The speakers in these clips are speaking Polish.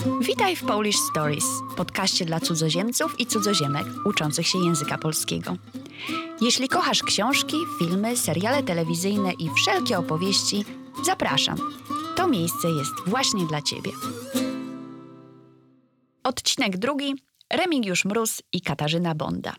Witaj w Polish Stories, podcaście dla cudzoziemców i cudzoziemek uczących się języka polskiego. Jeśli kochasz książki, filmy, seriale telewizyjne i wszelkie opowieści, zapraszam. To miejsce jest właśnie dla Ciebie. Odcinek 2. Remigiusz Mróz i Katarzyna Bonda.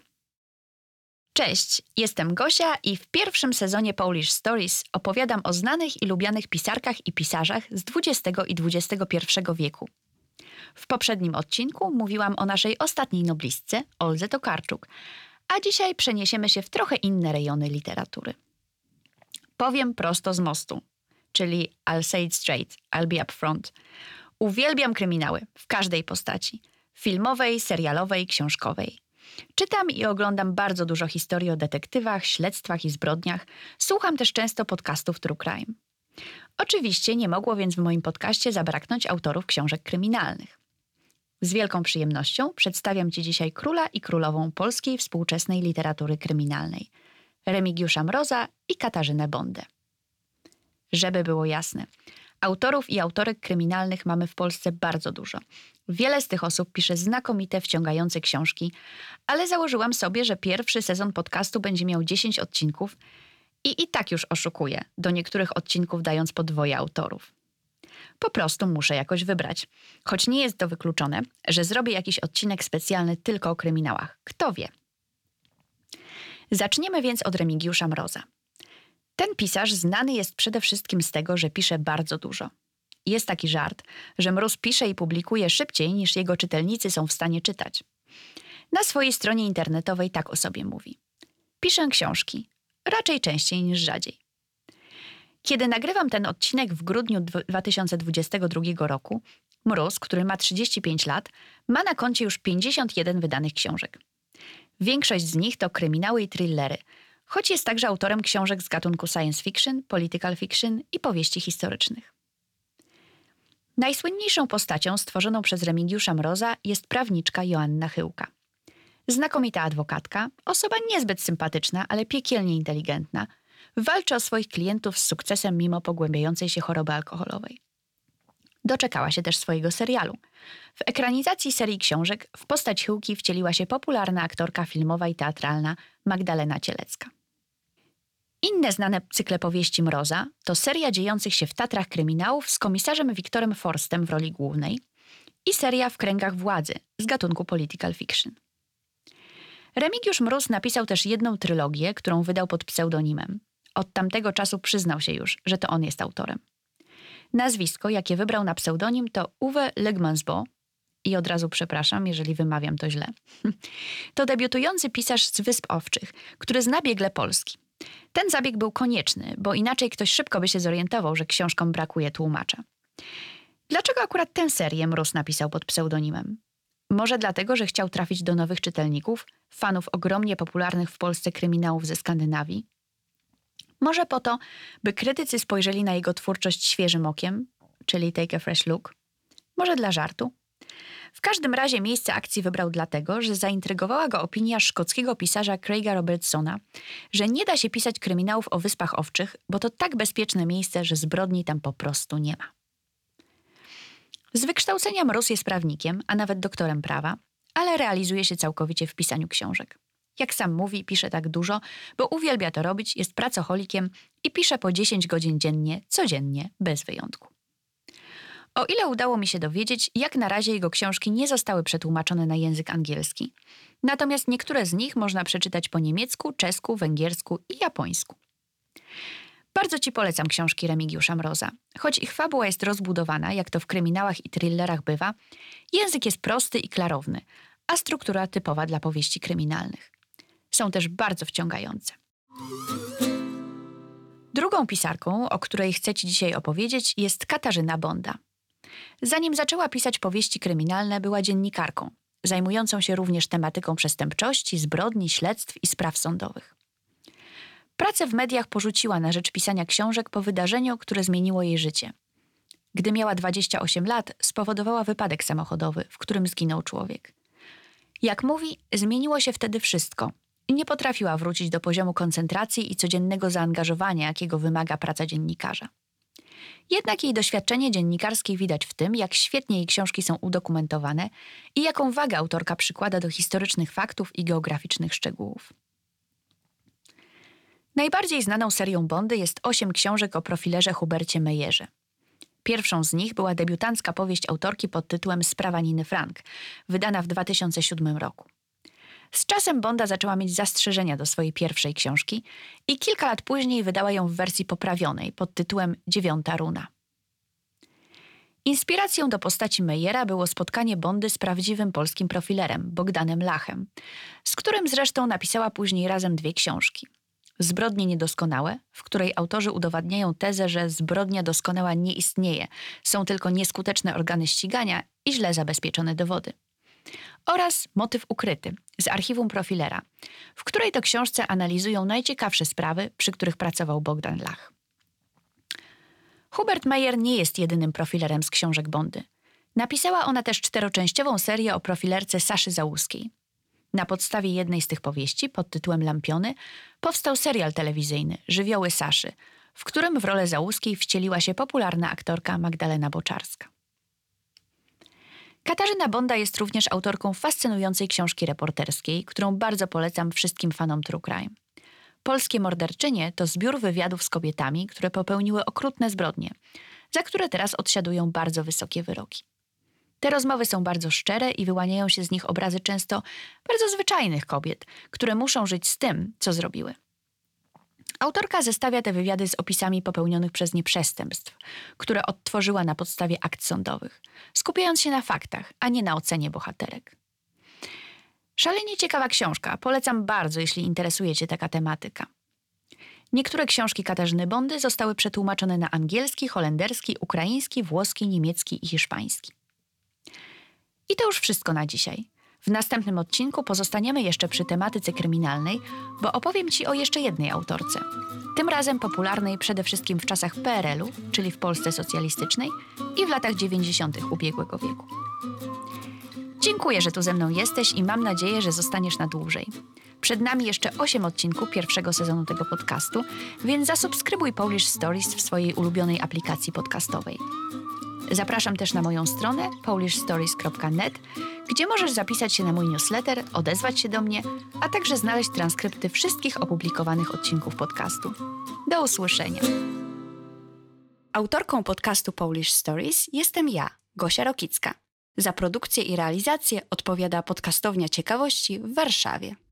Cześć, jestem Gosia i w pierwszym sezonie Polish Stories opowiadam o znanych i lubianych pisarkach i pisarzach z XX i XXI wieku. W poprzednim odcinku mówiłam o naszej ostatniej noblistce, Oldze Tokarczuk, a dzisiaj przeniesiemy się w trochę inne rejony literatury. Powiem prosto z mostu, czyli I'll say it straight, I'll be up front. Uwielbiam kryminały w każdej postaci, filmowej, serialowej, książkowej. Czytam i oglądam bardzo dużo historii o detektywach, śledztwach i zbrodniach. Słucham też często podcastów True Crime. Oczywiście nie mogło więc w moim podcaście zabraknąć autorów książek kryminalnych. Z wielką przyjemnością przedstawiam Ci dzisiaj króla i królową polskiej współczesnej literatury kryminalnej, Remigiusza Mroza i Katarzynę Bondę. Żeby było jasne, autorów i autorek kryminalnych mamy w Polsce bardzo dużo. Wiele z tych osób pisze znakomite, wciągające książki, ale założyłam sobie, że pierwszy sezon podcastu będzie miał 10 odcinków i tak już oszukuję, do niektórych odcinków dając po 2 autorów. Po prostu muszę jakoś wybrać. Choć nie jest to wykluczone, że zrobię jakiś odcinek specjalny tylko o kryminałach. Kto wie? Zaczniemy więc od Remigiusza Mroza. Ten pisarz znany jest przede wszystkim z tego, że pisze bardzo dużo. Jest taki żart, że Mróz pisze i publikuje szybciej niż jego czytelnicy są w stanie czytać. Na swojej stronie internetowej tak o sobie mówi. Piszę książki, raczej częściej niż rzadziej. Kiedy nagrywam ten odcinek w grudniu 2022 roku, Mróz, który ma 35 lat, ma na koncie już 51 wydanych książek. Większość z nich to kryminały i thrillery, choć jest także autorem książek z gatunku science fiction, political fiction i powieści historycznych. Najsłynniejszą postacią stworzoną przez Remigiusza Mroza jest prawniczka Joanna Chyłka. Znakomita adwokatka, osoba niezbyt sympatyczna, ale piekielnie inteligentna, walczy o swoich klientów z sukcesem mimo pogłębiającej się choroby alkoholowej. Doczekała się też swojego serialu. W ekranizacji serii książek w postać Chyłki wcieliła się popularna aktorka filmowa i teatralna Magdalena Cielecka. Inne znane cykle powieści Mroza to seria dziejących się w Tatrach kryminałów z komisarzem Wiktorem Forstem w roli głównej i seria W kręgach władzy z gatunku political fiction. Remigiusz Mróz napisał też jedną trylogię, którą wydał pod pseudonimem. Od tamtego czasu przyznał się już, że to on jest autorem. Nazwisko, jakie wybrał na pseudonim, to Uwe Legmansbo i od razu przepraszam, jeżeli wymawiam to źle. To debiutujący pisarz z Wysp Owczych, który zna biegle polski. Ten zabieg był konieczny, bo inaczej ktoś szybko by się zorientował, że książkom brakuje tłumacza. Dlaczego akurat tę serię Mróz napisał pod pseudonimem? Może dlatego, że chciał trafić do nowych czytelników, fanów ogromnie popularnych w Polsce kryminałów ze Skandynawii? Może po to, by krytycy spojrzeli na jego twórczość świeżym okiem, czyli take a fresh look? Może dla żartu? W każdym razie miejsce akcji wybrał dlatego, że zaintrygowała go opinia szkockiego pisarza Craiga Robertsona, że nie da się pisać kryminałów o Wyspach Owczych, bo to tak bezpieczne miejsce, że zbrodni tam po prostu nie ma. Z wykształcenia Mróz jest prawnikiem, a nawet doktorem prawa, ale realizuje się całkowicie w pisaniu książek. Jak sam mówi, pisze tak dużo, bo uwielbia to robić, jest pracocholikiem i pisze po 10 godzin dziennie, codziennie, bez wyjątku. O ile udało mi się dowiedzieć, jak na razie jego książki nie zostały przetłumaczone na język angielski, natomiast niektóre z nich można przeczytać po niemiecku, czesku, węgiersku i japońsku. Bardzo Ci polecam książki Remigiusza Mroza. Choć ich fabuła jest rozbudowana, jak to w kryminałach i thrillerach bywa, język jest prosty i klarowny, a struktura typowa dla powieści kryminalnych. Są też bardzo wciągające. Drugą pisarką, o której chcę Ci dzisiaj opowiedzieć, jest Katarzyna Bonda. Zanim zaczęła pisać powieści kryminalne, była dziennikarką, zajmującą się również tematyką przestępczości, zbrodni, śledztw i spraw sądowych. Pracę w mediach porzuciła na rzecz pisania książek po wydarzeniu, które zmieniło jej życie. Gdy miała 28 lat, spowodowała wypadek samochodowy, w którym zginął człowiek. Jak mówi, zmieniło się wtedy wszystko i nie potrafiła wrócić do poziomu koncentracji i codziennego zaangażowania, jakiego wymaga praca dziennikarza. Jednak jej doświadczenie dziennikarskie widać w tym, jak świetnie jej książki są udokumentowane i jaką wagę autorka przykłada do historycznych faktów i geograficznych szczegółów. Najbardziej znaną serią Bondy jest 8 książek o profilerze Hubercie Meyerze. Pierwszą z nich była debiutancka powieść autorki pod tytułem Sprawa Niny Frank, wydana w 2007 roku. Z czasem Bonda zaczęła mieć zastrzeżenia do swojej pierwszej książki i kilka lat później wydała ją w wersji poprawionej pod tytułem Dziewiąta runa. Inspiracją do postaci Meyera było spotkanie Bondy z prawdziwym polskim profilerem, Bogdanem Lachem, z którym zresztą napisała później razem 2 książki. Zbrodnie niedoskonałe, w której autorzy udowadniają tezę, że zbrodnia doskonała nie istnieje, są tylko nieskuteczne organy ścigania i źle zabezpieczone dowody. Oraz Motyw ukryty z archiwum profilera, w której to książce analizują najciekawsze sprawy, przy których pracował Bogdan Lach. Hubert Meyer nie jest jedynym profilerem z książek Bondy. Napisała ona też 4-częściową serię o profilerce Saszy Załuskiej. Na podstawie jednej z tych powieści, pod tytułem Lampiony, powstał serial telewizyjny Żywioły Saszy, w którym w rolę Załuskiej wcieliła się popularna aktorka Magdalena Boczarska. Katarzyna Bonda jest również autorką fascynującej książki reporterskiej, którą bardzo polecam wszystkim fanom true crime. Polskie morderczynie to zbiór wywiadów z kobietami, które popełniły okrutne zbrodnie, za które teraz odsiadują bardzo wysokie wyroki. Te rozmowy są bardzo szczere i wyłaniają się z nich obrazy często bardzo zwyczajnych kobiet, które muszą żyć z tym, co zrobiły. Autorka zestawia te wywiady z opisami popełnionych przez nie przestępstw, które odtworzyła na podstawie akt sądowych, skupiając się na faktach, a nie na ocenie bohaterek. Szalenie ciekawa książka, polecam bardzo, jeśli interesuje Cię taka tematyka. Niektóre książki Katarzyny Bondy zostały przetłumaczone na angielski, holenderski, ukraiński, włoski, niemiecki i hiszpański. I to już wszystko na dzisiaj. W następnym odcinku pozostaniemy jeszcze przy tematyce kryminalnej, bo opowiem Ci o jeszcze jednej autorce. Tym razem popularnej przede wszystkim w czasach PRL-u, czyli w Polsce socjalistycznej i w latach 90. ubiegłego wieku. Dziękuję, że tu ze mną jesteś i mam nadzieję, że zostaniesz na dłużej. Przed nami jeszcze 8 odcinków pierwszego sezonu tego podcastu, więc zasubskrybuj Polish Stories w swojej ulubionej aplikacji podcastowej. Zapraszam też na moją stronę polishstories.net, gdzie możesz zapisać się na mój newsletter, odezwać się do mnie, a także znaleźć transkrypty wszystkich opublikowanych odcinków podcastu. Do usłyszenia. Autorką podcastu Polish Stories jestem ja, Gosia Rokicka. Za produkcję i realizację odpowiada Podcastownia Ciekawości w Warszawie.